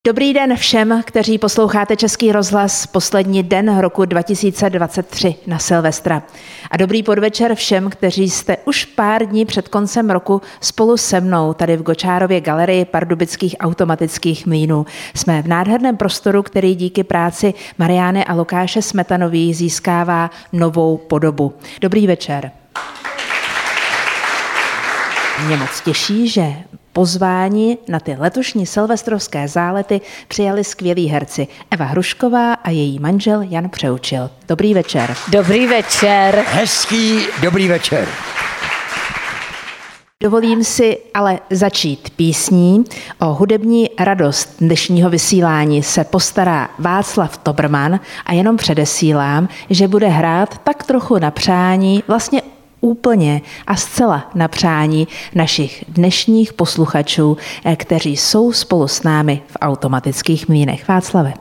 Dobrý den všem, kteří posloucháte Český rozhlas poslední den roku 2023 na Silvestra. A dobrý podvečer všem, kteří jste už pár dní před koncem roku spolu se mnou tady v Gočárově galerii Pardubických automatických mlýnů. Jsme v nádherném prostoru, který díky práci Mariány a Lukáše Smetanových získává novou podobu. Dobrý večer. Mě moc těší, že pozvání na ty letošní silvestrovské zálety přijali skvělí herci Eva Hrušková a její manžel Jan Přeučil. Dobrý večer. Dobrý večer. Hezký dobrý večer. Dovolím si ale začít písní. O hudební radost dnešního vysílání se postará Václav Toberman a jenom předesílám, že bude hrát tak trochu na přání, vlastně úplně a zcela na přání našich dnešních posluchačů, kteří jsou spolu s námi v automatických mlýnech. Václave.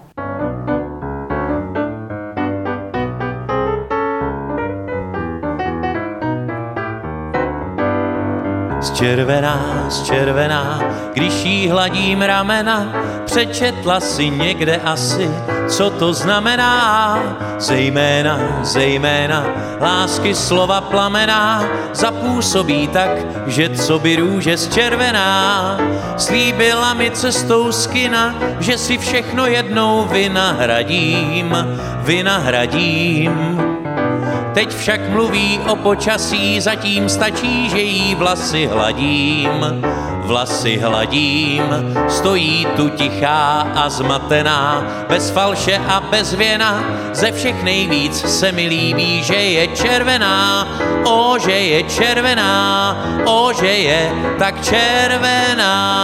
Zčervená, když jí hladím ramena, přečetla si někde asi, co to znamená. Zejména, lásky slova plamená, zapůsobí tak, že co by růže zčervená. Slíbila mi cestou z kina, že si všechno jednou vynahradím. Teď však mluví o počasí, zatím stačí, že jí vlasy hladím. Stojí tu tichá a zmatená, bez falše a bez věna, ze všech nejvíc se mi líbí, že je červená, že je červená, že je tak červená.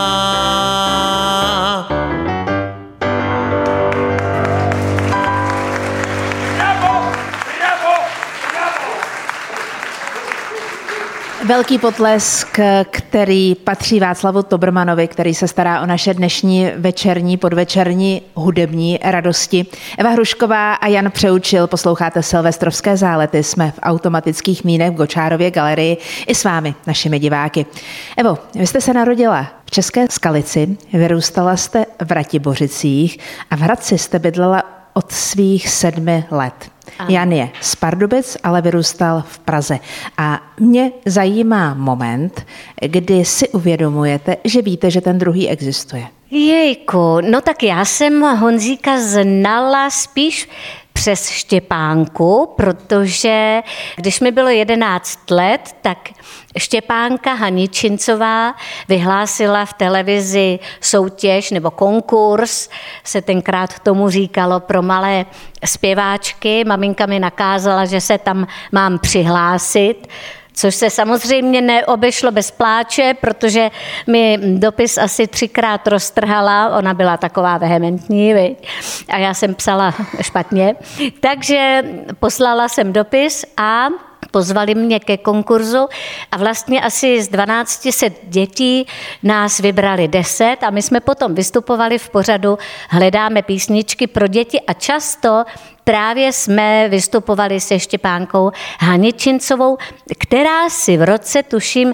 Velký potlesk, který patří Václavu Tobermanovi, který se stará o naše dnešní večerní, podvečerní hudební radosti. Eva Hrušková a Jan Přeučil, posloucháte Silvestrovské zálety, jsme v automatických mlýnech v Gočárově galerii i s vámi, našimi diváky. Evo, vy jste se narodila v České Skalici, vyrůstala jste v Ratibořicích a v Hradci jste bydlela od svých 7 let. Jan je z Pardubic, ale vyrůstal v Praze. A mě zajímá moment, kdy si uvědomujete, že víte, že ten druhý existuje. Jejku, no tak já jsem Honzíka znala spíš přes Štěpánku, protože když mi bylo 11 let, tak Štěpánka Haničincová vyhlásila v televizi soutěž nebo konkurs, se tenkrát tomu říkalo, pro malé zpěváčky. Maminka mi nakázala, že se tam mám přihlásit, což se samozřejmě neobešlo bez pláče, protože mi dopis asi 3krát roztrhala, ona byla taková vehementní, a já jsem psala špatně, takže poslala jsem dopis a pozvali mě ke konkurzu a vlastně asi z 1200 dětí nás vybrali 10 a my jsme potom vystupovali v pořadu Hledáme písničky pro děti a často právě jsme vystupovali se Štěpánkou Haničincovou, která si v roce, tuším,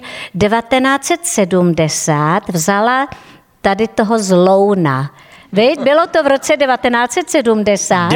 1970 vzala tady toho Zlouna. Bylo to v roce 1970.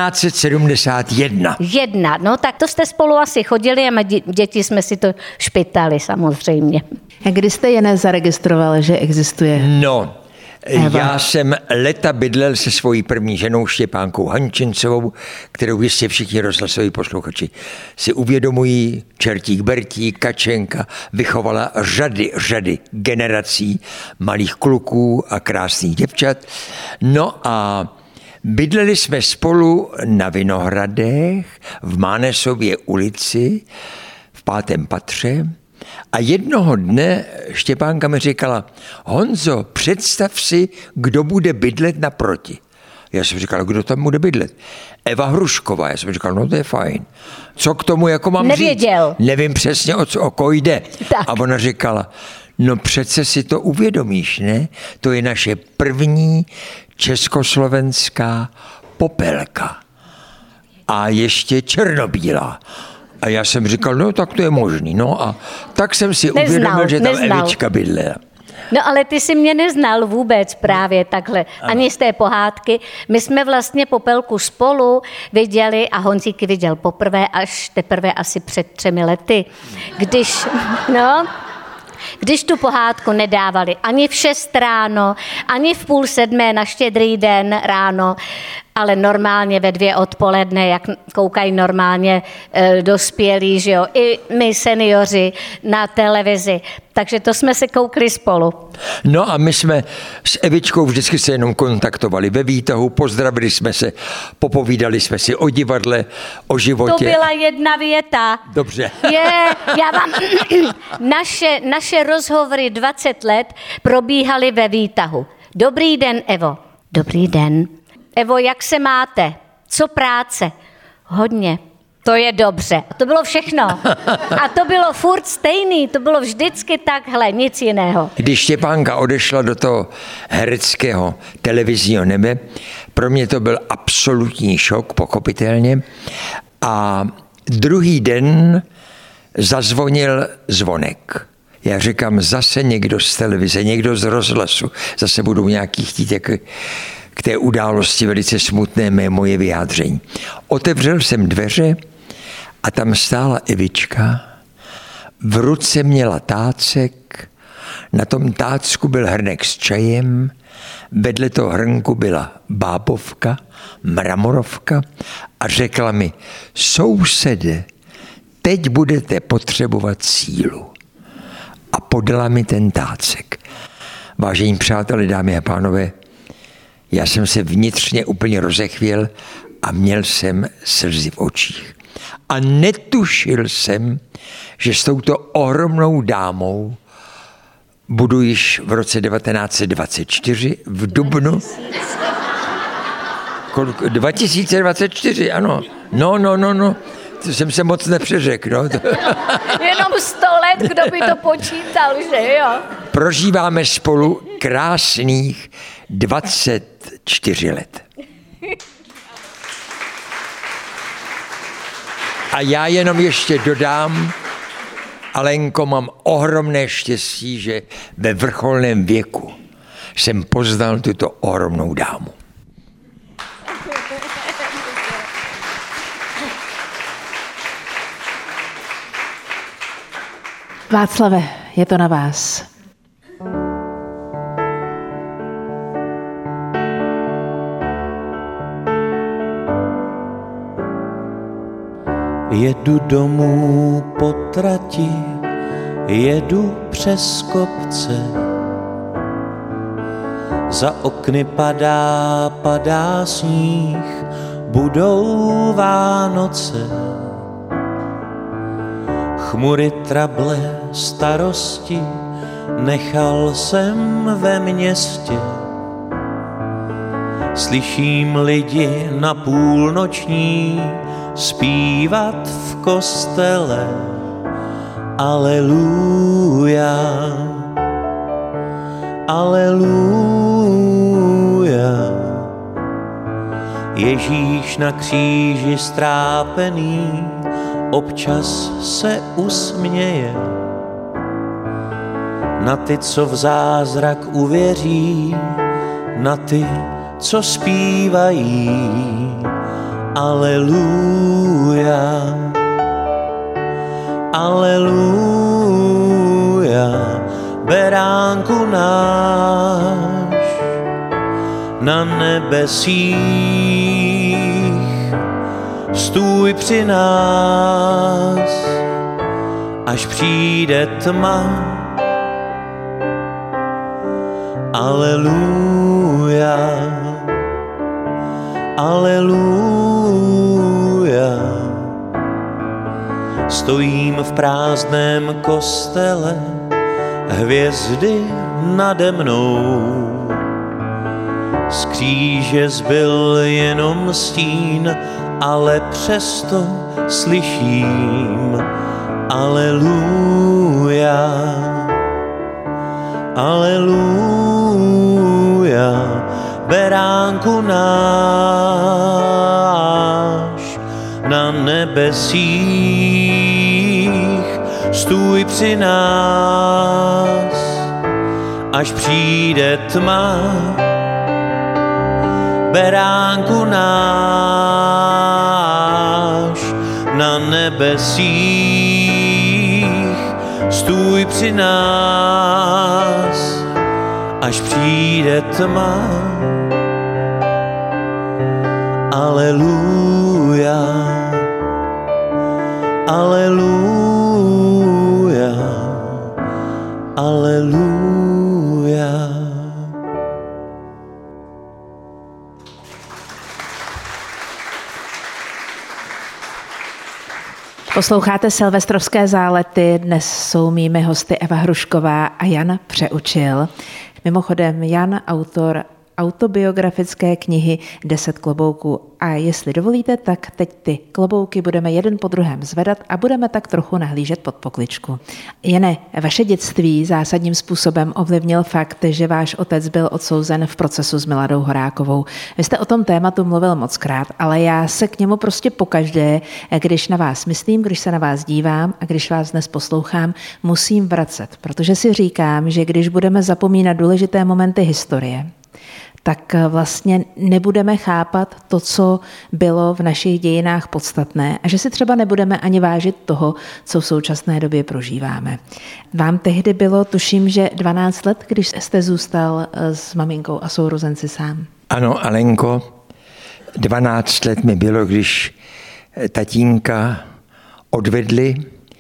1971. No tak to jste spolu asi chodili a děti jsme si to špitali samozřejmě. A kdy jste je nezaregistroval, že existuje? No, já jsem leta bydlel se svojí první ženou Štěpánkou Haničincovou, kterou jistě všichni rozhlasoví posluchači si uvědomují. Čertík Bertík, Kačenka vychovala řady generací malých kluků a krásných děvčat. No a bydleli jsme spolu na Vinohradech v Mánesově ulici v 5. patře. A jednoho dne Štěpánka mi říkala: Honzo, představ si, kdo bude bydlet naproti. Já jsem říkal, kdo tam bude bydlet? Eva Hrušková. Já jsem říkal, no to je fajn. Co k tomu jako mám Nevěděl. říct? Nevím přesně, o koho jde. Tak. A ona říkala, no přece si to uvědomíš, ne? To je naše první československá popelka. A ještě černobílá. A já jsem říkal, no tak to je možný. No a tak jsem si uvědomil, že tam Evička bydlela. No ale ty si mě neznal vůbec právě takhle, ani z té pohádky. My jsme vlastně Popelku spolu viděli a Honzíky viděl poprvé až teprve asi před 3 lety, když tu pohádku nedávali ani v 6 ráno, ani v 6:30 na Štědrý den ráno, ale normálně ve 2 odpoledne, jak koukají normálně dospělí, že jo, i my seniori na televizi. Takže to jsme se koukli spolu. No a my jsme s Evičkou vždycky se jenom kontaktovali ve výtahu, pozdravili jsme se, popovídali jsme si o divadle, o životě. To byla jedna věta. Dobře. Já vám... naše rozhovory 20 let probíhaly ve výtahu. Dobrý den, Evo. Dobrý den. Evo, jak se máte? Co práce? Hodně. To je dobře. A to bylo všechno. A to bylo furt stejný. To bylo vždycky takhle, nic jiného. Když Štěpánka odešla do toho hereckého televizního nebe, pro mě to byl absolutní šok, pochopitelně. A druhý den zazvonil zvonek. Já říkám, zase někdo z televize, někdo z rozhlasu, zase budou nějaký chtít k té události velice smutné moje vyjádření. Otevřel jsem dveře a tam stála Evička, v ruce měla tácek, na tom tácku byl hrnek s čajem, vedle toho hrnku byla bábovka, mramorovka a řekla mi, sousede, teď budete potřebovat sílu. A podala mi ten tácek. Vážení přátelé, dámy a pánové, já jsem se vnitřně úplně rozechvěl a měl jsem slzy v očích. A netušil jsem, že s touto ohromnou dámou budu již v roce 1924 v dubnu. 2024, ano. No. To jsem se moc nepřeřekl. No. Jenom 100 let, kdo by to počítal, že jo? Prožíváme spolu krásných 24 let. A já jenom ještě dodám, Alenko, mám ohromné štěstí, že ve vrcholném věku jsem poznal tuto ohromnou dámu. Václave, je to na vás. Jedu domů po trati, jedu přes kopce. Za okny padá sníh, budou Vánoce. Chmury, trable, starosti nechal jsem ve městě. Slyším lidi na půlnoční zpívat v kostele. Aleluja, aleluja. Ježíš na kříži strápený občas se usměje na ty, co v zázrak uvěří, na ty, co zpívají. Aleluja, aleluja, beránku náš na nebesích, stůj při nás, až přijde tma. Aleluja, aleluja. Stojím v prázdném kostele, hvězdy nade mnou. Z kříže zbyl jenom stín, ale přesto slyším aleluja, aleluja, beránku náš na nebesích, stůj při nás, až přijde tma. Beránku náš na nebesích, stůj při nás, až přijde tma. Aleluja, aleluja, aleluja. Posloucháte Silvestrovské zálety, dnes jsou mými hosty Eva Hrušková a Jan Přeučil. Mimochodem Jan, autor autobiografické knihy 10 klobouků. A jestli dovolíte, tak teď ty klobouky budeme jeden po druhém zvedat a budeme tak trochu nahlížet pod pokličku. Jane, vaše dětství zásadním způsobem ovlivnil fakt, že váš otec byl odsouzen v procesu s Miladou Horákovou. Vy jste o tom tématu mluvil mockrát, ale já se k němu prostě pokaždé, když na vás myslím, když se na vás dívám a když vás dnes poslouchám, musím vracet, protože si říkám, že když budeme zapomínat důležité momenty historie, tak vlastně nebudeme chápat to, co bylo v našich dějinách podstatné a že si třeba nebudeme ani vážit toho, co v současné době prožíváme. Vám tehdy bylo, tuším, že 12 let, když jste zůstal s maminkou a sourozenci sám. Ano, Alenko, 12 let mi bylo, když tatínka odvedli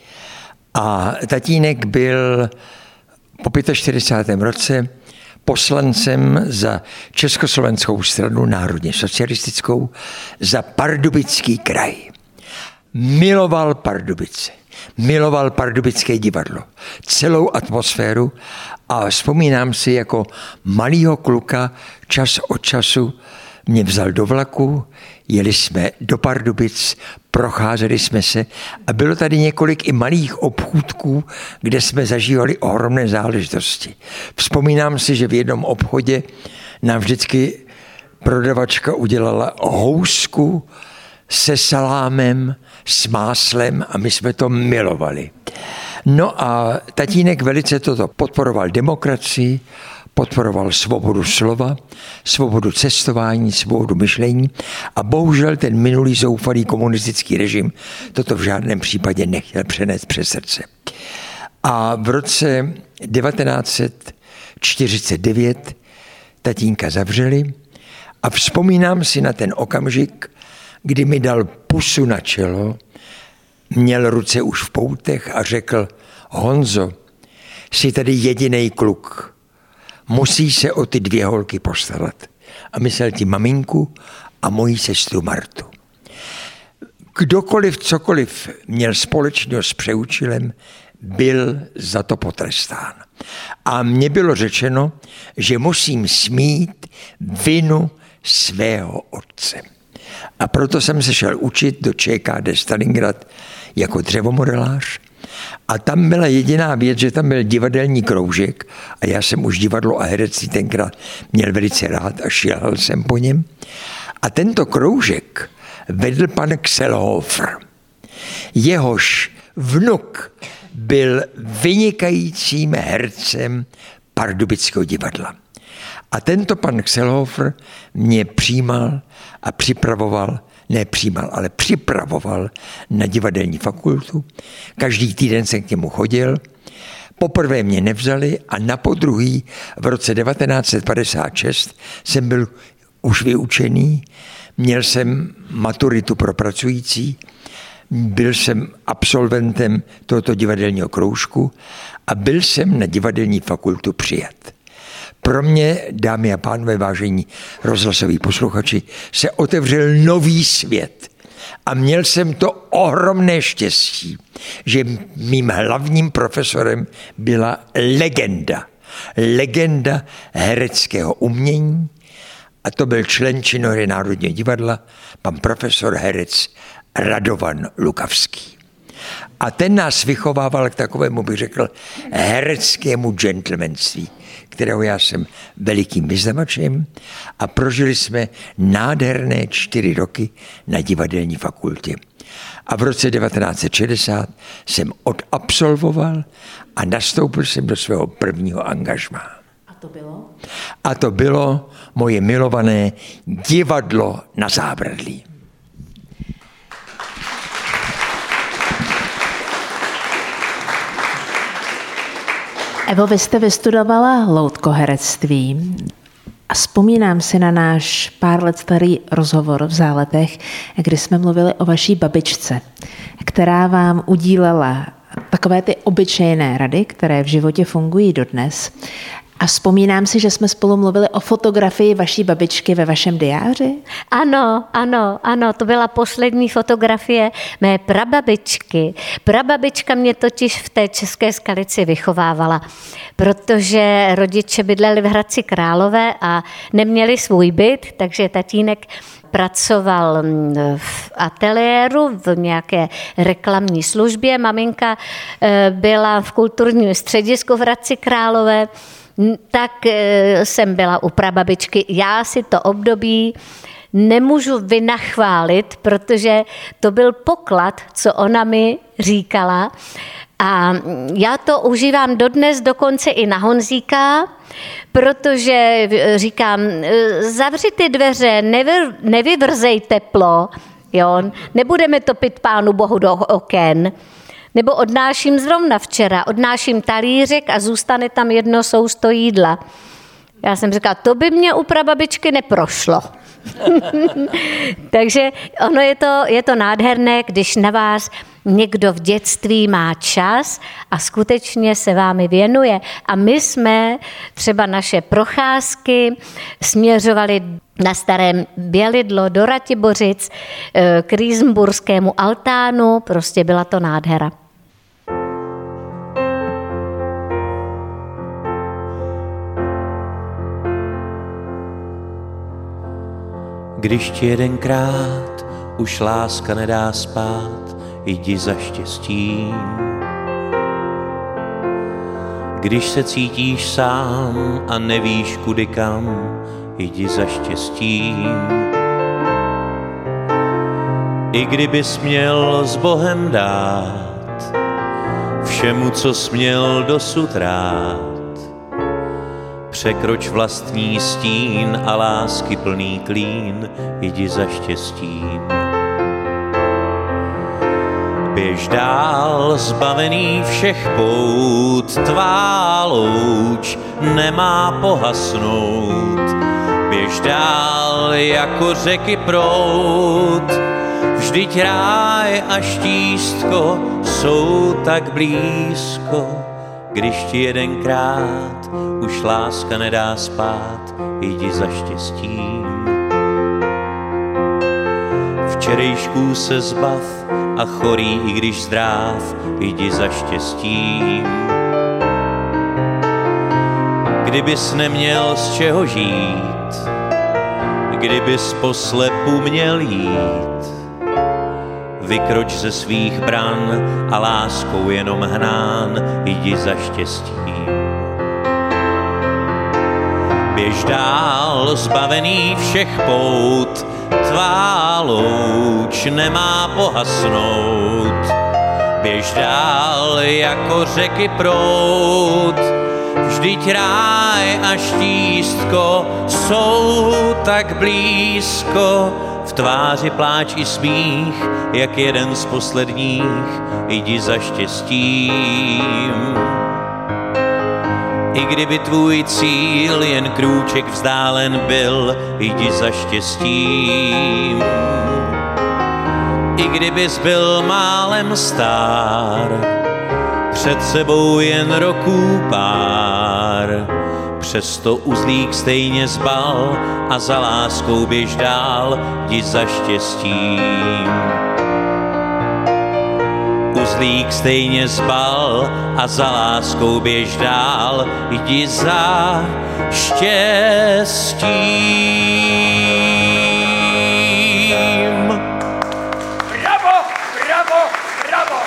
a tatínek byl po 45. roce poslancem za Československou stranu národně socialistickou za Pardubický kraj. Miloval Pardubice, miloval Pardubické divadlo, celou atmosféru a vzpomínám si, jako malýho kluka čas od času mě vzal do vlaku, jeli jsme do Pardubic, procházeli jsme se a bylo tady několik i malých obchůdků, kde jsme zažívali ohromné záležitosti. Vzpomínám si, že v jednom obchodě nám vždycky prodavačka udělala housku se salámem, s máslem a my jsme to milovali. No a tatínek velice toto podporoval demokracii, podporoval svobodu slova, svobodu cestování, svobodu myšlení a bohužel ten minulý zoufalý komunistický režim toto v žádném případě nechtěl přenést přes srdce. A v roce 1949 tatínka zavřeli a vzpomínám si na ten okamžik, kdy mi dal pusu na čelo, měl ruce už v poutech a řekl: Honzo, jsi tady jedinej kluk, musíš se o ty 2 holky postarat. A myslel ti maminku a moji sestru Martu. Kdokoliv, cokoliv měl společného s Přeučilem, byl za to potrestán. A mně bylo řečeno, že musím smít vinu svého otce. A proto jsem se šel učit do ČKD Stalingrad jako dřevomodelář. A tam byla jediná věc, že tam byl divadelní kroužek a já jsem už divadlo a herectví tenkrát měl velice rád a šilhal jsem po něm. A tento kroužek vedl pan Kselhofer. Jehož vnuk byl vynikajícím hercem Pardubického divadla. A tento pan Kselhofer mě přijímal a připravoval na divadelní fakultu. Každý týden jsem k němu chodil. Poprvé mě nevzali a napodruhý v roce 1956 jsem byl už vyučený. Měl jsem maturitu pro pracující, byl jsem absolventem tohoto divadelního kroužku a byl jsem na divadelní fakultu přijat. Pro mě, dámy a pánové, vážení rozhlasoví posluchači, se otevřel nový svět. A měl jsem to ohromné štěstí, že mým hlavním profesorem byla legenda hereckého umění, a to byl člen činohry Národního divadla, pan profesor herec Radovan Lukavský. A ten nás vychovával k takovému, bych řekl, hereckému gentlemanství, kterého já jsem velikým vyznavačem, a prožili jsme nádherné 4 roky na divadelní fakultě. A v roce 1960 jsem odabsolvoval a nastoupil jsem do svého prvního angažmá. A A to bylo moje milované Divadlo na Zábradlí. Evo, vy jste vystudovala loutkoherectví. A vzpomínám si na náš pár let starý rozhovor v Záletech, kdy jsme mluvili o vaší babičce, která vám udílela takové ty obyčejné rady, které v životě fungují dodnes. A vzpomínám si, že jsme spolu mluvili o fotografii vaší babičky ve vašem diáři. Ano, to byla poslední fotografie mé prababičky. Prababička mě totiž v té České Skalici vychovávala, protože rodiče bydleli v Hradci Králové a neměli svůj byt, takže tatínek pracoval v ateliéru, v nějaké reklamní službě. Maminka byla v kulturním středisku v Hradci Králové, tak jsem byla u prababičky. Já si to období nemůžu vynachválit, protože to byl poklad, co ona mi říkala. A já to užívám dodnes, dokonce i na Honzíka, protože říkám, zavři ty dveře, nevyvrzej teplo, jo? Nebudeme topit Pánu Bohu do oken. Nebo odnáším zrovna včera, odnáším talířek a zůstane tam jedno sousto jídla. Já jsem říkala, to by mě u prababičky neprošlo. Takže ono je to nádherné, když na vás někdo v dětství má čas a skutečně se vámi věnuje. A my jsme třeba naše procházky směřovali na Starém Bělidlo do Ratibořic, k Rýsenburskému altánu, prostě byla to nádhera. Když ti jedenkrát už láska nedá spát, jdi za štěstím. Když se cítíš sám a nevíš kudy kam, jdi za štěstím. I kdybys měl s Bohem dát všemu, co směl dosud rád, překroč vlastní stín a lásky plný klín, jdi za štěstím. Běž dál, zbavený všech pout, tvá louč nemá pohasnout. Běž dál jako řeky proud, vždyť ráj a štístko jsou tak blízko. Když ti jedenkrát už láska nedá spát, jdi za štěstím. Včerejšků se zbav a chorý, i když zdráv, jdi za štěstím. Kdybys neměl z čeho žít, kdybys po slepu měl jít, vykroč ze svých bran a láskou jenom hnán, jdi za štěstím. Běž dál, zbavený všech pout, tvá louč nemá pohasnout. Běž dál jako řeky proud, vždyť ráj a štístko jsou tak blízko. V tváři pláč i smích, jak jeden z posledních, jdi za štěstím. I kdyby tvůj cíl jen krůček vzdálen byl, jdi za štěstím. I kdybys byl málem stár, před sebou jen roků pár, přesto uzlík stejně zbal a za láskou běž dál, jdi za štěstím. Uzlík stejně zbal a za láskou běž dál, jdi za štěstím. Bravo, bravo, bravo!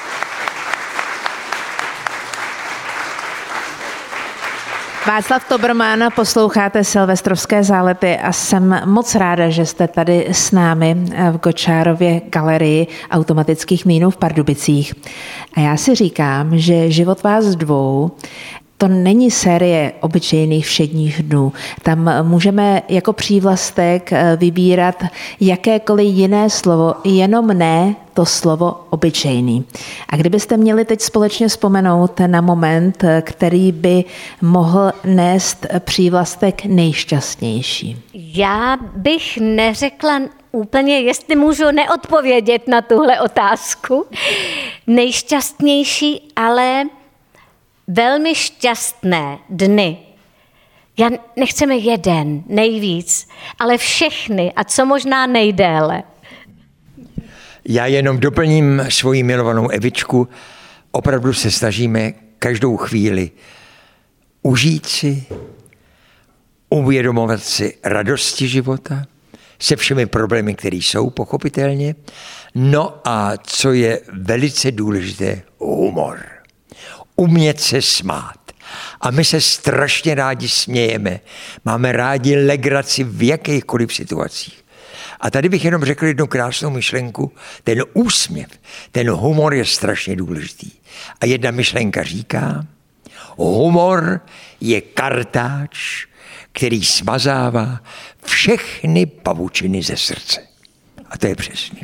Václav Toberman, posloucháte Silvestrovské zálety a jsem moc ráda, že jste tady s námi v Gočárově galerii automatických mlýnů v Pardubicích. A já si říkám, že život vás dvou to není série obyčejných všedních dnů. Tam můžeme jako přívlastek vybírat jakékoliv jiné slovo, jenom ne to slovo obyčejný. A kdybyste měli teď společně vzpomenout na moment, který by mohl nést přívlastek nejšťastnější. Já bych neřekla úplně, jestli můžu neodpovědět na tuhle otázku. Nejšťastnější, ale velmi šťastné dny. Já nechceme jeden, nejvíc, ale všechny a co možná nejdéle. Já jenom doplním svoji milovanou Evičku. Opravdu se snažíme každou chvíli užít si, uvědomovat si radosti života se všemi problémy, které jsou, pochopitelně. No a co je velice důležité, humor. Umět se smát. A my se strašně rádi smějeme. Máme rádi legraci v jakýchkoliv situacích. A tady bych jenom řekl jednu krásnou myšlenku. Ten úsměv, ten humor je strašně důležitý. A jedna myšlenka říká, humor je kartáč, který smazává všechny pavučiny ze srdce. A to je přesně.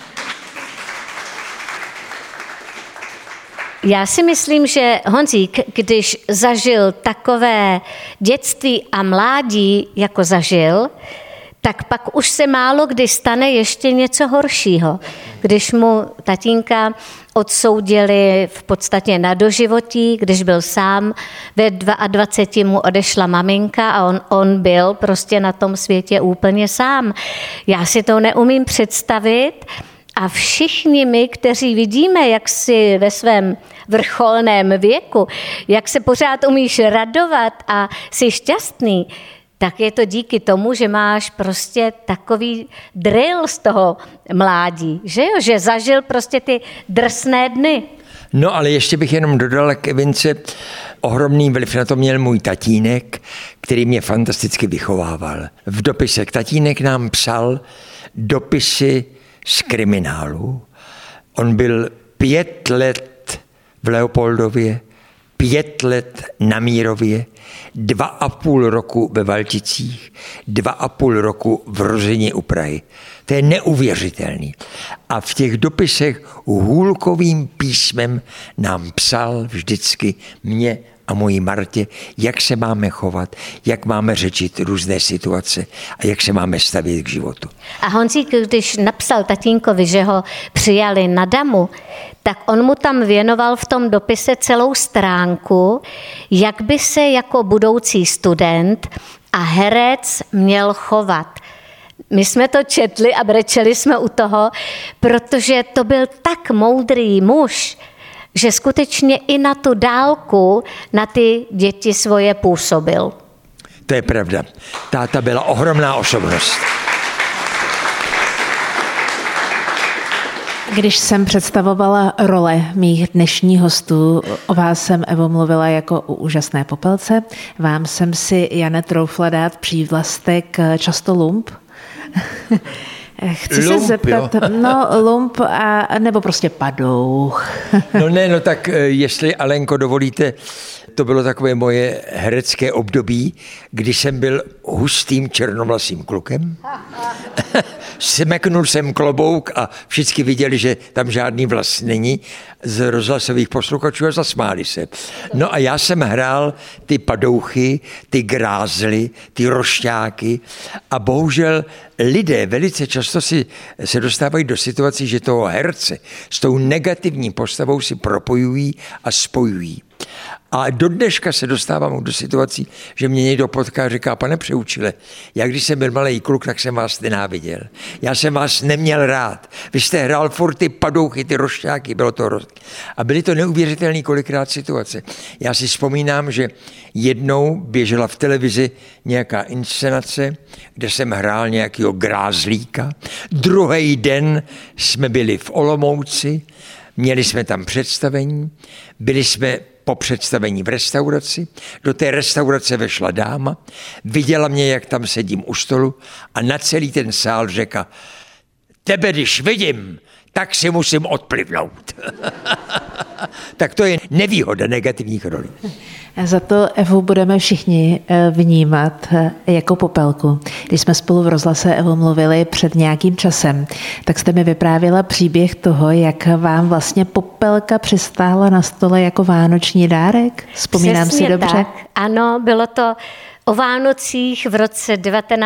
Já si myslím, že Honzík, když zažil takové dětství a mládí, jako zažil, tak pak už se málo kdy stane ještě něco horšího. Když mu tatínka odsoudili v podstatě na doživotí, když byl sám, ve 22 mu odešla maminka a on byl prostě na tom světě úplně sám. Já si to neumím představit a všichni my, kteří vidíme, jak si ve svém vrcholném věku, jak se pořád umíš radovat a jsi šťastný, tak je to díky tomu, že máš prostě takový drill z toho mládí, že jo? Že zažil prostě ty drsné dny. No ale ještě bych jenom dodal k Evince, ohromný vliv na to měl můj tatínek, který mě fantasticky vychovával. V dopisech tatínek nám psal dopisy z kriminálu. On byl 5 let v Leopoldově, 5 let na Mírově, 2,5 roku ve Valticích, 2,5 roku v Rozině u Prahy. To je neuvěřitelný. A v těch dopisech hůlkovým písmem nám psal vždycky mě a mojí Martě, jak se máme chovat, jak máme řečit různé situace a jak se máme stavět k životu. A Honzík, když napsal tatínkovi, že ho přijali na Damu, tak on mu tam věnoval v tom dopise celou stránku, jak by se jako budoucí student a herec měl chovat. My jsme to četli a brečeli jsme u toho, protože to byl tak moudrý muž, že skutečně i na tu dálku na ty děti svoje působil. To je pravda. Táta byla ohromná osobnost. Když jsem představovala role mých dnešních hostů, o vás jsem, Evo, mluvila jako o úžasné popelce. Vám jsem si, Jane, troufla dát přívlastek často lump. Chci lump, se zeptat, jo. No lump a nebo prostě padouch. No tak jestli, Alenko, dovolíte, to bylo takové moje herecké období, kdy jsem byl hustým černovlasým klukem. Smeknul jsem klobouk a všichni viděli, že tam žádný vlas není z rozhlasových posluchačů a zasmáli se. No a já jsem hrál ty padouchy, ty grázly, ty rošťáky a bohužel lidé velice často se dostávají do situací, že toho herce s tou negativní postavou si propojují a spojují. A do dneška se dostávám do situací, že mě někdo potká a říká, pane Přeučile, já když jsem byl malý kluk, tak jsem vás nenáviděl. Já jsem vás neměl rád. Vy jste hrál furt ty padouchy, ty rošťáky, bylo to a byly to neuvěřitelné kolikrát situace. Já si vzpomínám, že jednou běžela v televizi nějaká inscenace, kde jsem hrál nějakého grázlíka. Druhý den jsme byli v Olomouci, měli jsme tam představení, byli jsme po představení v restauraci, do té restaurace vešla dáma, viděla mě, jak tam sedím u stolu a na celý ten sál řekla, tebe když vidím, tak si musím odplivnout. Tak to je nevýhoda negativních rolí. Za to Evu budeme všichni vnímat jako Popelku. Když jsme spolu v rozhlase, Evo, mluvili před nějakým časem, tak jste mi vyprávěla příběh toho, jak vám vlastně Popelka přistála na stole jako vánoční dárek. Vzpomínám Přesně si dobře? Tak. Ano, bylo to o Vánocích v roce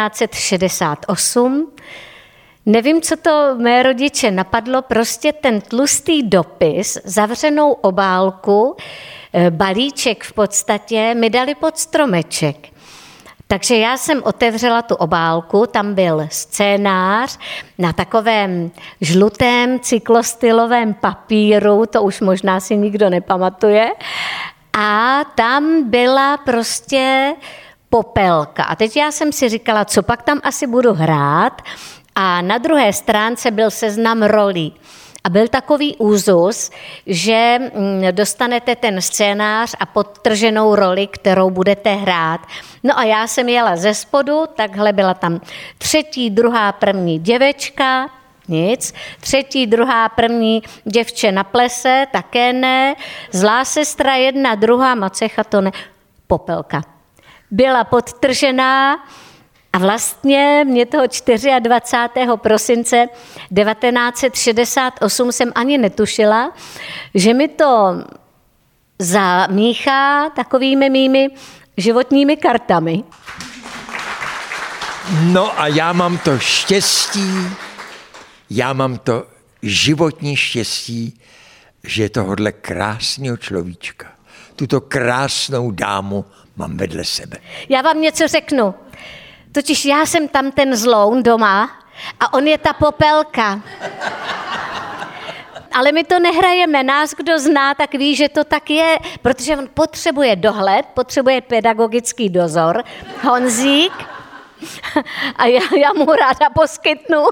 1968. Nevím, co to mé rodiče napadlo, prostě ten tlustý dopis, zavřenou obálku, balíček v podstatě mi dali pod stromeček. Takže já jsem otevřela tu obálku, tam byl scénář na takovém žlutém cyklostylovém papíru, to už možná si nikdo nepamatuje, a tam byla prostě Popelka. A teď já jsem si říkala, co pak tam asi budu hrát, a na druhé stránce byl seznam rolí. A byl takový úzus, že dostanete ten scénář a podtrženou roli, kterou budete hrát. No a já jsem jela ze spodu, takhle byla tam 3., 2., 1. děvečka, nic. 3., 2., 1. děvče na plese, také ne. Zlá sestra 1, 2. macecha, to ne. Popelka. Byla podtržená. A vlastně mě toho 24. prosince 1968 jsem ani netušila, že mi to zamíchá takovými mými životními kartami. No a já mám to štěstí, já mám to životní štěstí, že tohodle krásného človíčka, tuto krásnou dámu mám vedle sebe. Já vám něco řeknu. Totiž já jsem tam ten zloun doma a on je ta Popelka. Ale my to nehrajeme. Nás, kdo zná, tak ví, že to tak je, protože on potřebuje dohled, potřebuje pedagogický dozor. Honzík. A já mu ráda poskytnu.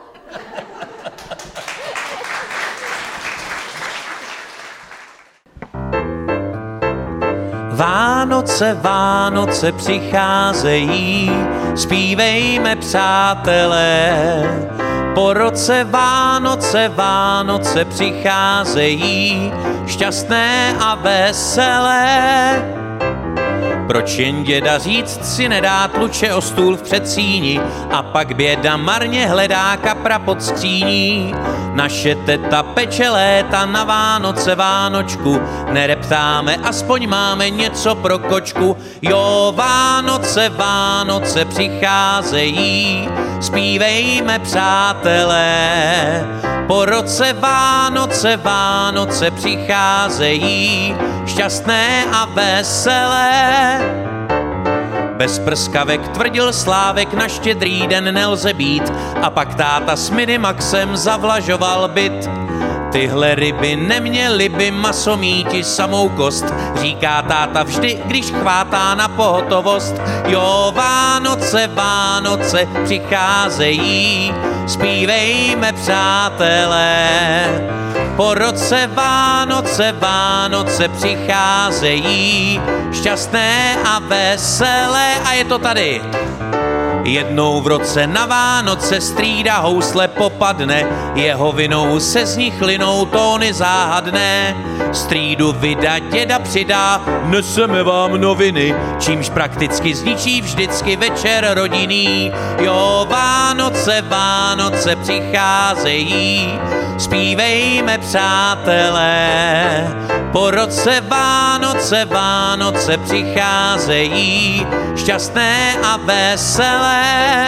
Vánoce, Vánoce přicházejí, zpívejme, přátelé. Po roce Vánoce, Vánoce přicházejí, šťastné a veselé. Proč jen děda říct si nedá tluče o stůl v předsíni a pak běda marně hledá kapra pod skříní. Naše teta peče léta na Vánoce Vánočku, nereptáme, aspoň máme něco pro kočku. Jo, Vánoce, Vánoce přicházejí, zpívejme, přátelé. Po roce Vánoce, Vánoce přicházejí, šťastné a veselé. Bez prskavek tvrdil Slávek, na Štědrý den nelze být, a pak táta s Minimaxem zavlažoval byt. Tyhle ryby neměly by maso míti samou kost, říká táta vždy, když chvátá na pohotovost. Jo, Vánoce, Vánoce přicházejí, zpívejme, přátelé. Po roce Vánoce, Vánoce přicházejí, šťastné a veselé. A je to tady. Jednou v roce na Vánoce strýda housle popadne, jeho vinou se z nich linou tóny záhadné. Strýdu vida děda přidá, neseme vám noviny, čímž prakticky zničí vždycky večer rodinný. Jo, Vánoce, Vánoce přicházejí, zpívejme, přátelé. Po roce Vánoce, Vánoce přicházejí, šťastné a veselé.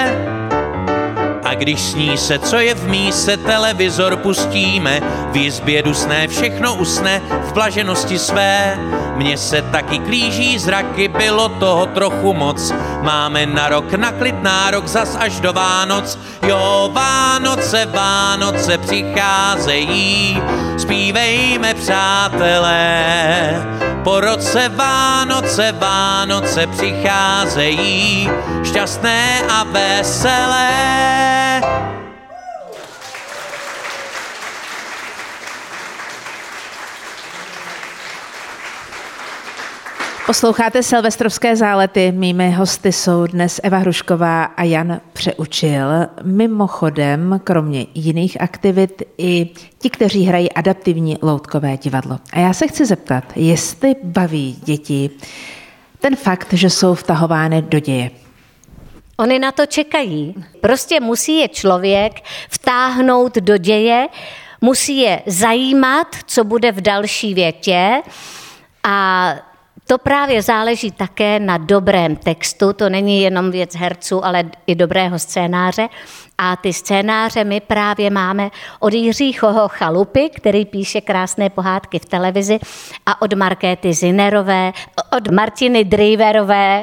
A když sní se, co je v míse, televizor pustíme, v jizbě dusné všechno usne v blaženosti své. Mně se taky klíží zraky, bylo toho trochu moc, máme na rok na klid nárok, zas až do Vánoc. Jo, Vánoce, Vánoce přicházejí, zpívejme, přátelé. Po roce Vánoce, Vánoce přicházejí, šťastné a veselé. Posloucháte Silvestrovské zálety. Mými hosty jsou dnes Eva Hrušková a Jan Přeučil. Mimochodem, kromě jiných aktivit, i ti, kteří hrají adaptivní loutkové divadlo. A já se chci zeptat, jestli baví děti ten fakt, že jsou vtahovány do děje. Oni na to čekají. Prostě musí je člověk vtáhnout do děje, musí je zajímat, co bude v další větě, a to právě záleží také na dobrém textu, to není jenom věc herců, ale i dobrého scénáře. A ty scénáře my právě máme od Jiřího Chalupy, který píše krásné pohádky v televizi, a od Markéty Zinerové, od Martiny Driverové,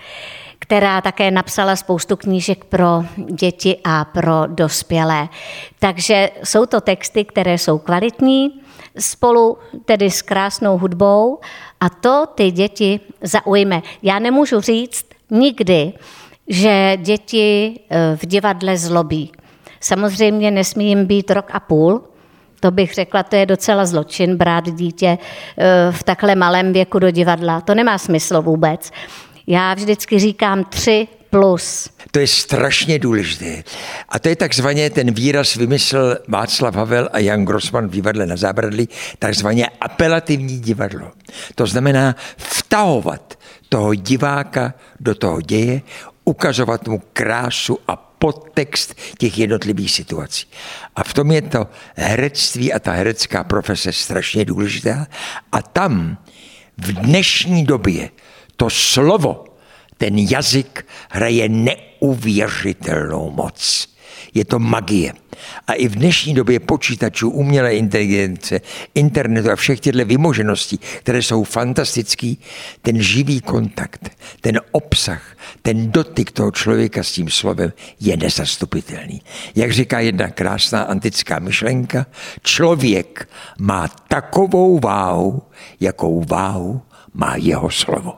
která také napsala spoustu knížek pro děti a pro dospělé. Takže jsou to texty, které jsou kvalitní, spolu tedy s krásnou hudbou, a to ty děti zaujme. Já nemůžu říct nikdy, že děti v divadle zlobí. Samozřejmě nesmí jim být 1,5 roku. To bych řekla, to je docela zločin, brát dítě v takhle malém věku do divadla. To nemá smysl vůbec. Já vždycky říkám 3+. To je strašně důležité. A to je takzvaně ten výraz vymyslel Václav Havel a Jan Grossman v divadle Na Zábradlí, takzvaně apelativní divadlo. To znamená vtahovat toho diváka do toho děje, ukazovat mu krásu a podtext těch jednotlivých situací. A v tom je to herectví a ta herecká profese strašně důležitá. A tam v dnešní době to slovo, ten jazyk hraje neuvěřitelnou moc. Je to magie. A i v dnešní době počítačů, umělé inteligence, internetu a všech těchto vymožeností, které jsou fantastický, ten živý kontakt, ten obsah, ten dotyk toho člověka s tím slovem je nezastupitelný. Jak říká jedna krásná antická myšlenka, člověk má takovou váhu, jakou váhu má jeho slovo.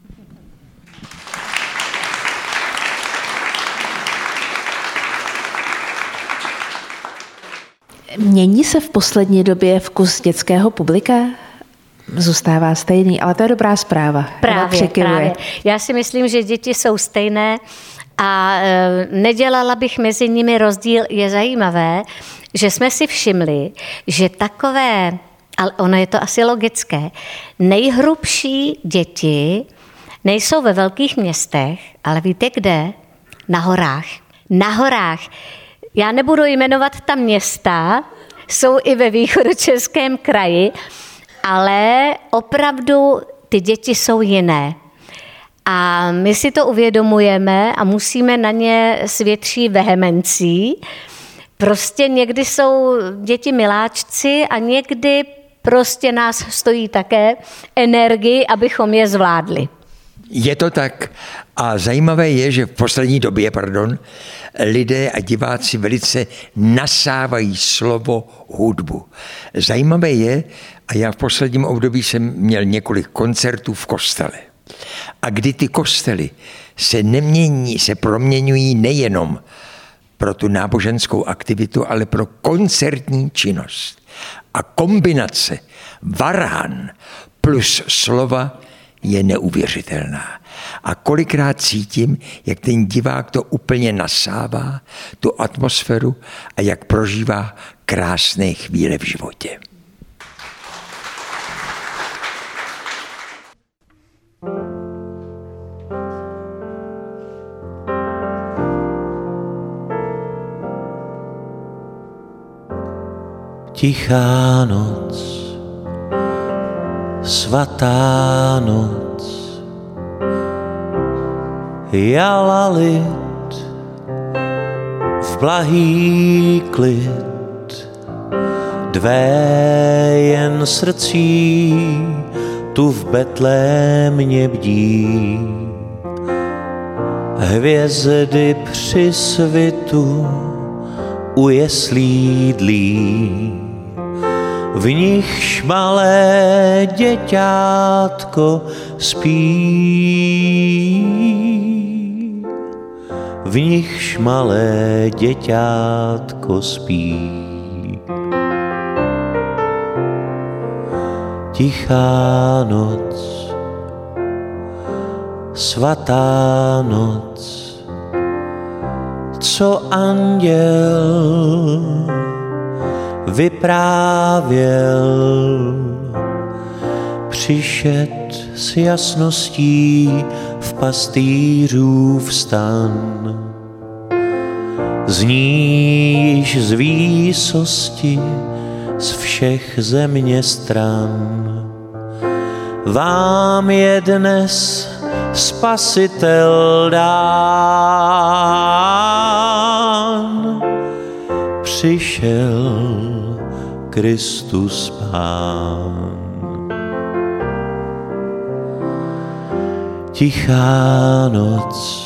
Mění se v poslední době vkus dětského publika? Zůstává stejný, ale to je dobrá zpráva. Právě. Já si myslím, že děti jsou stejné a nedělala bych mezi nimi rozdíl. Je zajímavé, že jsme si všimli, že takové, ale ono je to asi logické, nejhrubší děti nejsou ve velkých městech, ale víte kde? Na horách. Na horách. Já nebudu jmenovat ta města, jsou i ve Východočeském kraji, ale opravdu ty děti jsou jiné. A my si to uvědomujeme a musíme na ně s větší vehemencí. Prostě někdy jsou děti miláčci a někdy prostě nás stojí také energii, abychom je zvládli. Je to tak. A zajímavé je, že v poslední době, lidé a diváci velice nasávají slovo hudbu. Zajímavé je, a já v posledním období jsem měl několik koncertů v kostele. A kdy ty kostely se proměňují nejenom pro tu náboženskou aktivitu, ale pro koncertní činnost. A kombinace varhan plus slova je neuvěřitelná. A kolikrát cítím, jak ten divák to úplně nasává, tu atmosféru, a jak prožívá krásné chvíle v životě. Tichá noc, svatá noc, jala lid, v blahý klid, dvé jen srdcí tu v Betlémě bdí. Hvězdy při svitu u jeslí dlí, v nichž malé děťátko spí. V nichž malé děťátko spí. Tichá noc, svatá noc, co anděl vyprávěl, přišet s jasností v pastýřův stan. Zníš z výsosti z všech země stran. Vám je dnes Spasitel dán, přišel Kristus Pán. Tichá noc,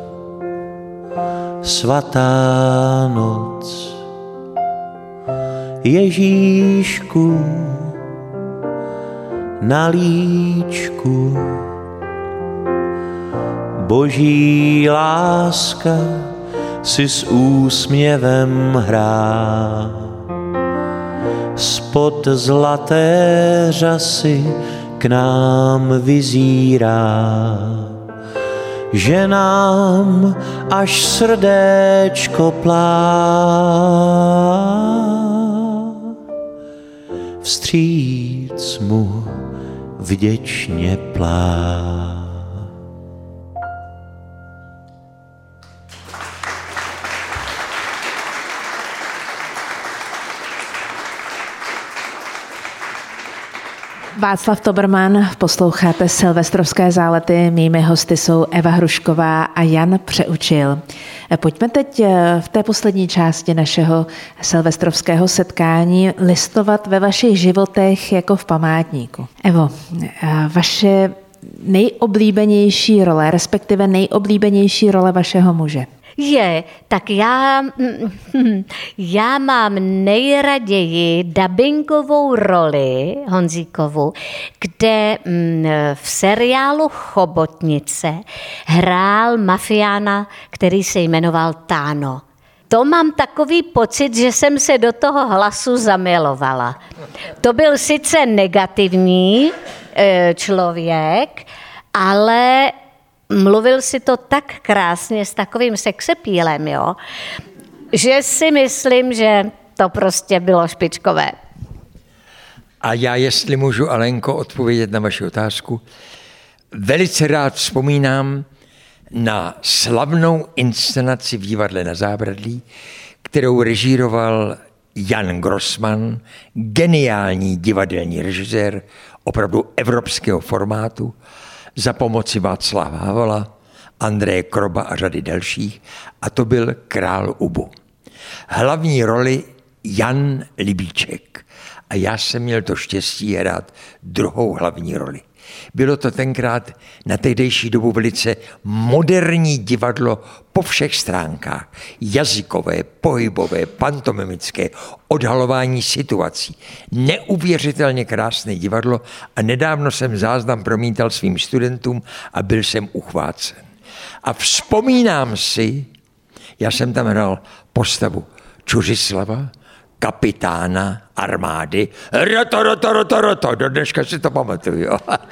svatá noc, Ježíšku, na líčku, Boží láska si s úsměvem hrá. Spod zlaté řasy k nám vyzírá, že nám až srdéčko plá. Vstříc mu vděčně plá. Václav Toberman, posloucháte Silvestrovské zálety. Mými hosty jsou Eva Hrušková a Jan Přeučil. Pojďme teď v té poslední části našeho silvestrovského setkání listovat ve vašich životech jako v památníku. Evo, vaše nejoblíbenější role, respektive nejoblíbenější role vašeho muže. Tak já mám nejraději dabingovou roli Honzíkovu, kde v seriálu Chobotnice hrál mafiána, který se jmenoval Táno. To mám takový pocit, že jsem se do toho hlasu zamilovala. To byl sice negativní člověk, ale mluvil si to tak krásně s takovým sexepílem, jo, že si myslím, že to prostě bylo špičkové. A já, jestli můžu, Alenko, odpovědět na vaši otázku, velice rád vzpomínám na slavnou inscenaci v divadle Na Zábradlí, kterou režíroval Jan Grossman, geniální divadelní režisér, opravdu evropského formátu, za pomoci Václava Havla, Andreje Kroba a řady dalších, a to byl Král Ubu. Hlavní roli Jan Libíček a já jsem měl to štěstí hrát druhou hlavní roli. Bylo to tenkrát na tehdejší dobu velice moderní divadlo po všech stránkách. Jazykové, pohybové, pantomimické, odhalování situací. Neuvěřitelně krásné divadlo a nedávno jsem záznam promítal svým studentům a byl jsem uchvácen. A vzpomínám si, já jsem tam hrál postavu Čuřislava, kapitána armády. Roto, do dneška si to pamatuju.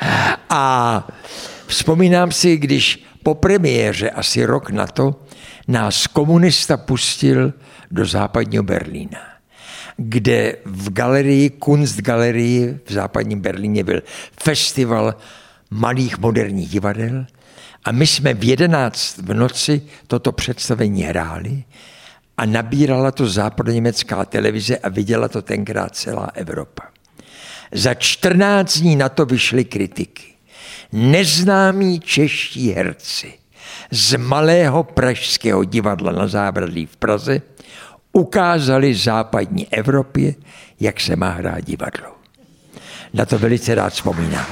A vzpomínám si, když po premiéře asi rok na to nás komunista pustil do západního Berlína, kde v galerii, Kunstgalerii v západním Berlíně byl festival malých moderních divadel a my jsme v 11 v noci toto představení hráli a nabírala to západoněmecká televize a viděla to tenkrát celá Evropa. Za 14 dní na to vyšly kritiky. Neznámí čeští herci z malého pražského divadla Na Zábradlí v Praze ukázali západní Evropě, jak se má hrát divadlo. Na to velice rád vzpomínám.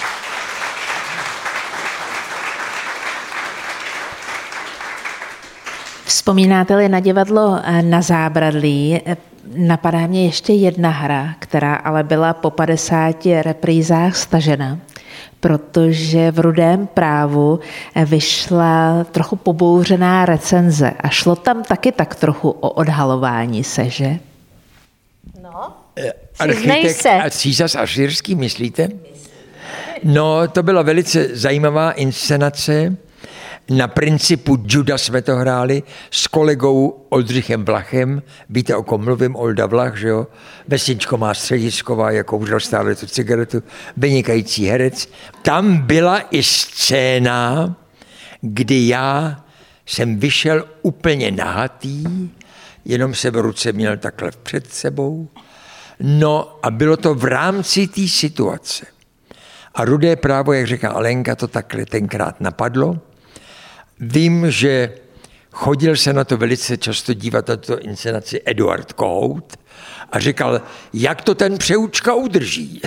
Vzpomínáte-li na divadlo Na Zábradlí, napadá mě ještě jedna hra, která ale byla po 50 reprízách stažena, protože v Rudém právu vyšla trochu pobouřená recenze a šlo tam taky tak trochu o odhalování se, že? No, Architekt a císař Ašírský, myslíte? No, to byla velice zajímavá inscenace. Na principu Juda jsme to hráli s kolegou Oldřichem Vlachem. Víte, o kom mluvím, Olda Vlach, že jo? Vesničko má středisková, jako kouřil stále tu cigaretu, vynikající herec. Tam byla i scéna, kdy já jsem vyšel úplně nahatý, jenom jsem ruce měl takhle před sebou. No a bylo to v rámci té situace. A Rudé právo, jak říká Alenka, to takhle tenkrát napadlo. Vím, že chodil se na to velice často dívat na to inscenaci Eduard Kohout a říkal, jak to ten Přeučka udrží.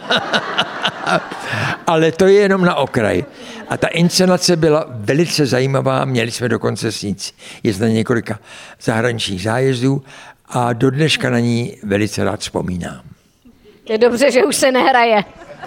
Ale to je jenom na okraj. A ta inscenace byla velice zajímavá, měli jsme dokonce s ní jezdit na několika zahraničních zájezdů a do dneška na ní velice rád vzpomínám. Je dobře, že už se nehraje.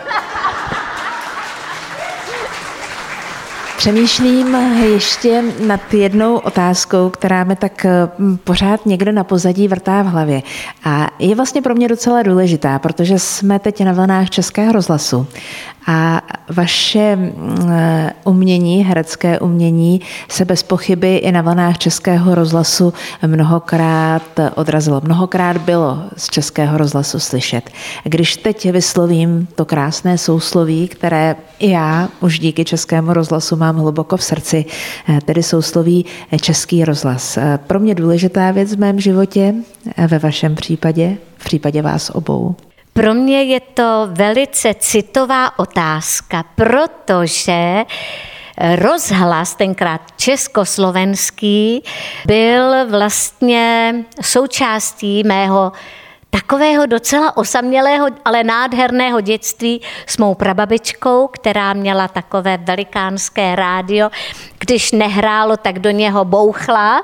Přemýšlím ještě nad jednou otázkou, která mi tak pořád někde na pozadí vrtá v hlavě. A je vlastně pro mě docela důležitá, protože jsme teď na vlnách Českého rozhlasu. A vaše umění, herecké umění, se bez pochyby i na vlnách Českého rozhlasu mnohokrát odrazilo. Mnohokrát bylo z Českého rozhlasu slyšet. Když teď vyslovím to krásné sousloví, které i já už díky Českému rozhlasu mám hluboko v srdci, tedy sousloví Český rozhlas. Pro mě důležitá věc v mém životě, ve vašem případě, v případě vás obou. Pro mě je to velice citová otázka, protože rozhlas, tenkrát československý, byl vlastně součástí mého takového docela osamělého, ale nádherného dětství s mou prababičkou, která měla takové velikánské rádio. Když nehrálo, tak do něho bouchla.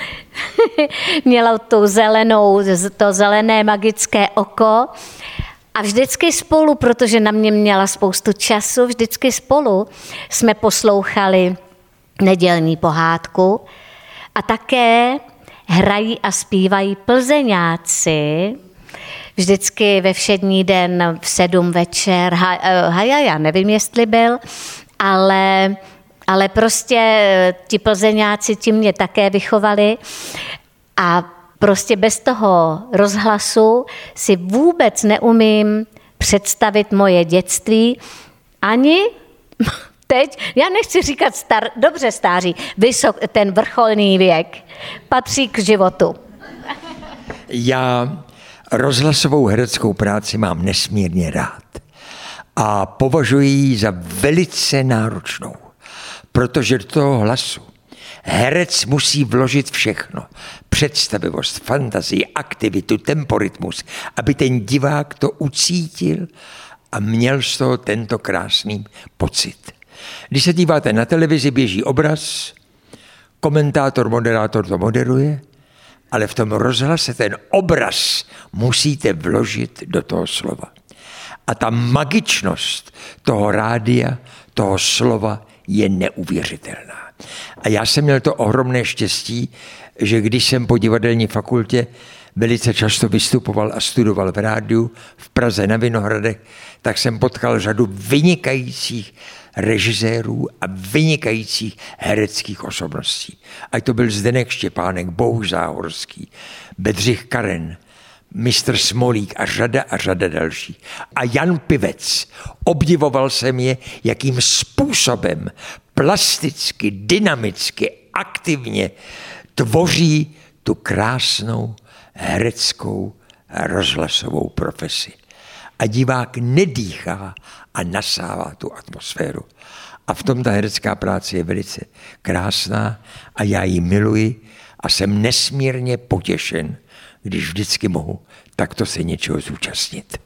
Měla to zelené magické oko. A vždycky spolu, protože na mě měla spoustu času, vždycky spolu jsme poslouchali nedělní pohádku a také hrají a zpívají Plzeňáci. Vždycky ve všední den v 7 večer, já nevím, jestli byl, ale prostě ti Plzeňáci ti mě také vychovali a prostě bez toho rozhlasu si vůbec neumím představit moje dětství, ani teď, já nechci říkat dobře stáří, ten vrcholný věk patří k životu. Já rozhlasovou hereckou práci mám nesmírně rád a považuji ji za velice náročnou, protože do toho hlasu herec musí vložit všechno. Představivost, fantazii, aktivitu, temporitmus, aby ten divák to ucítil a měl z toho tento krásný pocit. Když se díváte na televizi, běží obraz, komentátor, moderátor to moderuje, ale v tom rozhlase ten obraz musíte vložit do toho slova. A ta magičnost toho rádia, toho slova je neuvěřitelná. A já jsem měl to ohromné štěstí, že když jsem po divadelní fakultě velice často vystupoval a studoval v rádiu v Praze na Vinohradech, tak jsem potkal řadu vynikajících režisérů a vynikajících hereckých osobností. Ať to byl Zdeněk Štěpánek, Bohuš Záhorský, Bedřich Karen, mistr Smolík a řada dalších. A Jan Pivec. Obdivoval jsem je, jakým způsobem plasticky, dynamicky, aktivně tvoří tu krásnou hereckou rozhlasovou profesi. A divák nedýchá a nasává tu atmosféru. A v tom ta herecká práce je velice krásná a já ji miluji a jsem nesmírně potěšen, když vždycky mohu takto se něčeho zúčastnit.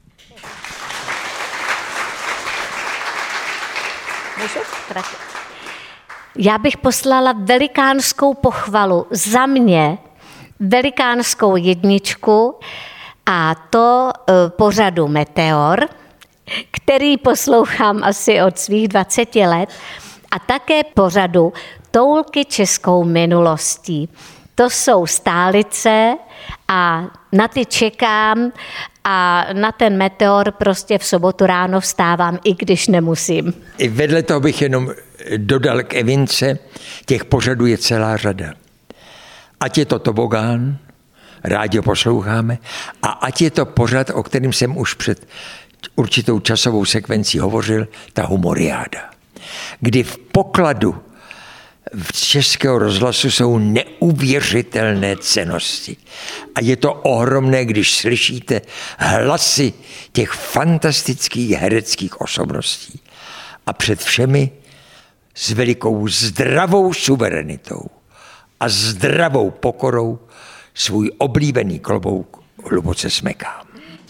Já bych poslala velikánskou pochvalu za mě, velikánskou jedničku a to pořadu Meteor, který poslouchám asi od svých 20 let a také pořadu Toulky českou minulostí. To jsou stálice a na ty čekám a na ten meteor prostě v sobotu ráno vstávám, i když nemusím. I vedle toho bych jenom dodal k Evince, těch pořadů je celá řada. Ať je to tobogán, rádio posloucháme, a ať je to pořad, o kterém jsem už před určitou časovou sekvencí hovořil, ta humoriáda. Kdy v pokladu v Českého rozhlasu jsou neuvěřitelné cennosti. A je to ohromné, když slyšíte hlasy těch fantastických hereckých osobností. A před všemi s velikou zdravou suverenitou a zdravou pokorou svůj oblíbený klobouk hluboce smekám.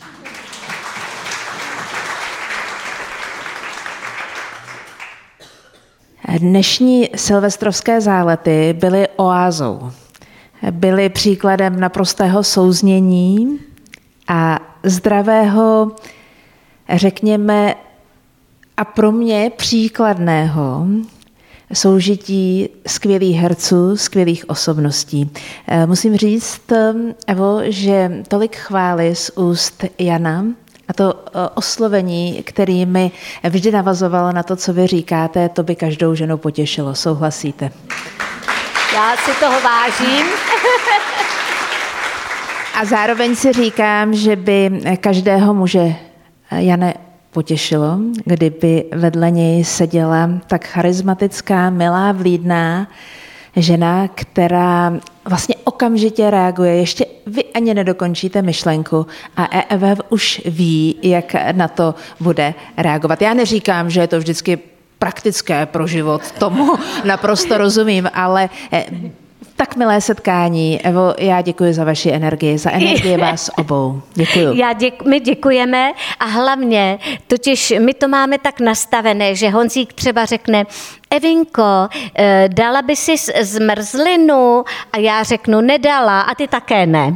Dnešní silvestrovské zálety byly oázou. Byly příkladem naprostého souznění a zdravého, řekněme, a pro mě příkladného soužití skvělých herců, skvělých osobností. Musím říct, Evo, že tolik chvály z úst Jana a to oslovení, který mi vždy navazovalo na to, co vy říkáte, to by každou ženu potěšilo. Souhlasíte? Já si toho vážím. A zároveň si říkám, že by každého muže, Jane, potěšilo, kdyby vedle něj seděla tak charismatická, milá, vlídná žena, která vlastně okamžitě reaguje. Ještě vy ani nedokončíte myšlenku a EEV už ví, jak na to bude reagovat. Já neříkám, že je to vždycky praktické pro život, tomu naprosto rozumím, ale tak milé setkání. Evo, já děkuji za vaši energii, za energii vás obou. Děkuji. My děkujeme a hlavně, totiž my to máme tak nastavené, že Honzík třeba řekne, Evinko, dala by si zmrzlinu? A já řeknu, nedala a ty také ne.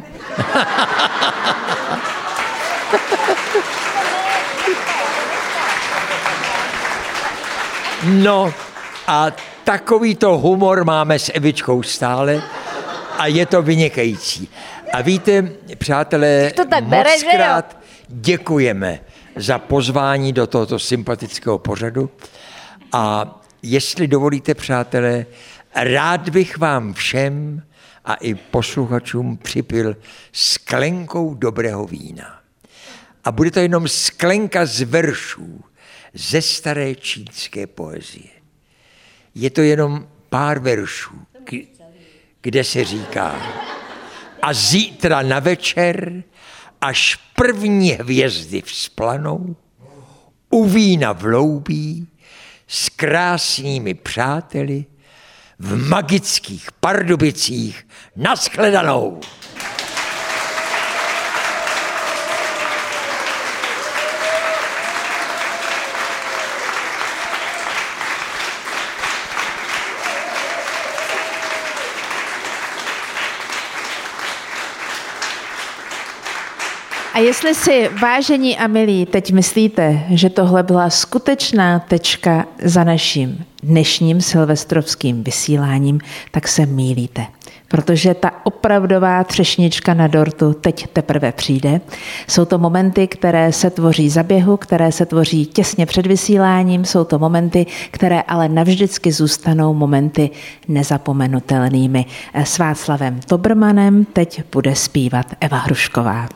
No a takovýto humor máme s Evičkou stále a je to vynikající. A víte, přátelé, mockrát děkujeme za pozvání do tohoto sympatického pořadu a jestli dovolíte, přátelé, rád bych vám všem a i posluchačům připil sklenkou dobrého vína. A bude to jenom sklenka z veršů ze staré čínské poezie. Je to jenom pár veršů, kde se říká: a zítra na večer, až první hvězdy vzplanou, u vína v loubí s krásnými přáteli v magických Pardubicích nashledanou. A jestli si, vážení a milí, teď myslíte, že tohle byla skutečná tečka za naším dnešním silvestrovským vysíláním, tak se mýlíte. Protože ta opravdová třešnička na dortu teď teprve přijde. Jsou to momenty, které se tvoří za běhu, které se tvoří těsně před vysíláním, jsou to momenty, které ale navždycky zůstanou momenty nezapomenutelnými. S Václavem Tobrmanem teď bude zpívat Eva Hrušková.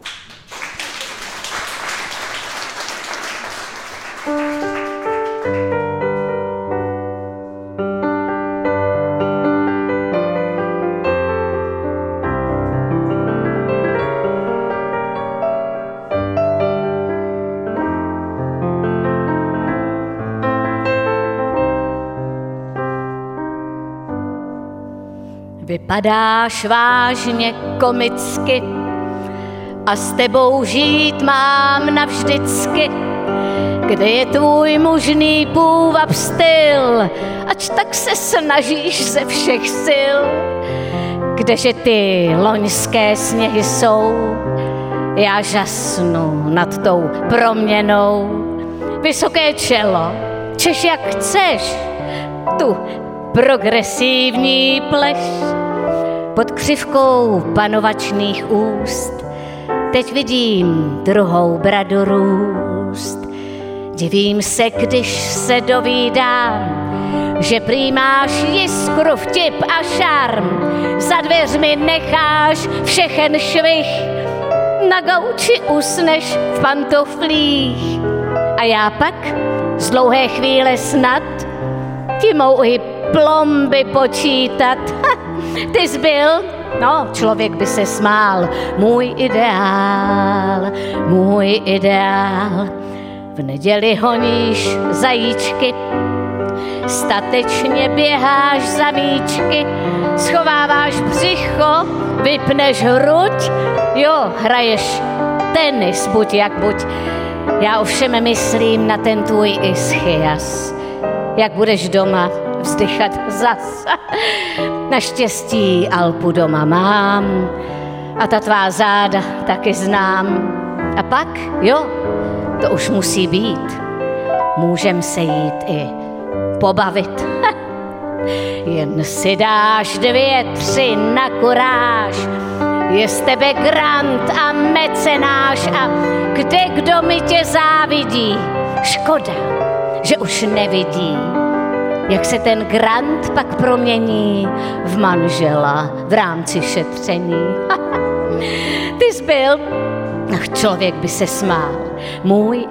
Vypadáš vážně komicky a s tebou žít mám navždycky. Kde je tvůj mužný půvab styl, ať tak se snažíš ze všech sil. Kdeže ty loňské sněhy jsou, já žasnu nad tou proměnou. Vysoké čelo, češ jak chceš, tu progresivní pleš pod křivkou panovačných úst, teď vidím druhou bradu růst. Divím se, když se dovídám, že prý máš jiskru, vtip a šarm. Za dveřmi necháš všechen švih, na gauči usneš v pantoflích. A já pak z dlouhé chvíle snad ti mohu i plomby počítat. Ty jsi byl, no, člověk by se smál, můj ideál, můj ideál. V neděli honíš zajíčky, statečně běháš za míčky, schováváš břicho, vypneš hruď, jo, hraješ tenis, buď jak buď. Já ovšem myslím na ten tvůj ischias, jak budeš doma vzdychat zas. Naštěstí Alpu doma mám a ta tvá záda taky znám. A pak, jo, to už musí být, můžem se jít i pobavit. Jen si dáš 2, 3 na kuráž, je z tebe grant a mecenáš a kdo mi tě závidí. Škoda, že už nevidí, jak se ten grant pak promění v manžela v rámci šetření. Ty jsi byl, ach, člověk by se smál, můj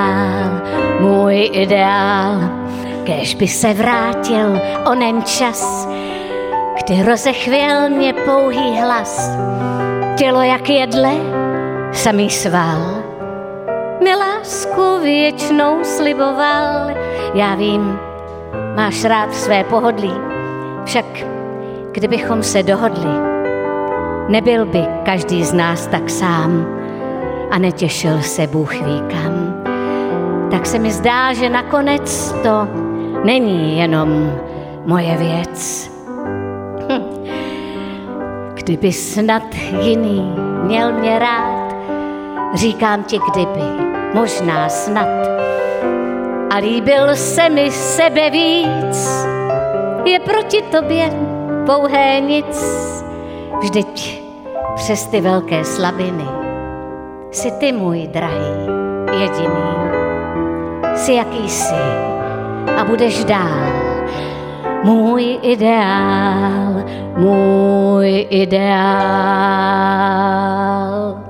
ideál, kéž by se vrátil onen čas, kdy rozechvěl mě pouhý hlas, tělo jak jedle, samý sval, mi lásku věčnou sliboval. Já vím, máš rád své pohodlí, však kdybychom se dohodli, nebyl by každý z nás tak sám a netěšil se Bůh ví kam. Tak se mi zdá, že nakonec to není jenom moje věc. Kdyby snad jiný měl mě rád, říkám ti kdyby, možná snad, a líbil se mi sebe víc, je proti tobě pouhé nic. Vždyť přes ty velké slabiny jsi ty můj drahý jediný. Jsi jaký jsi a budeš dál můj ideál, můj ideál.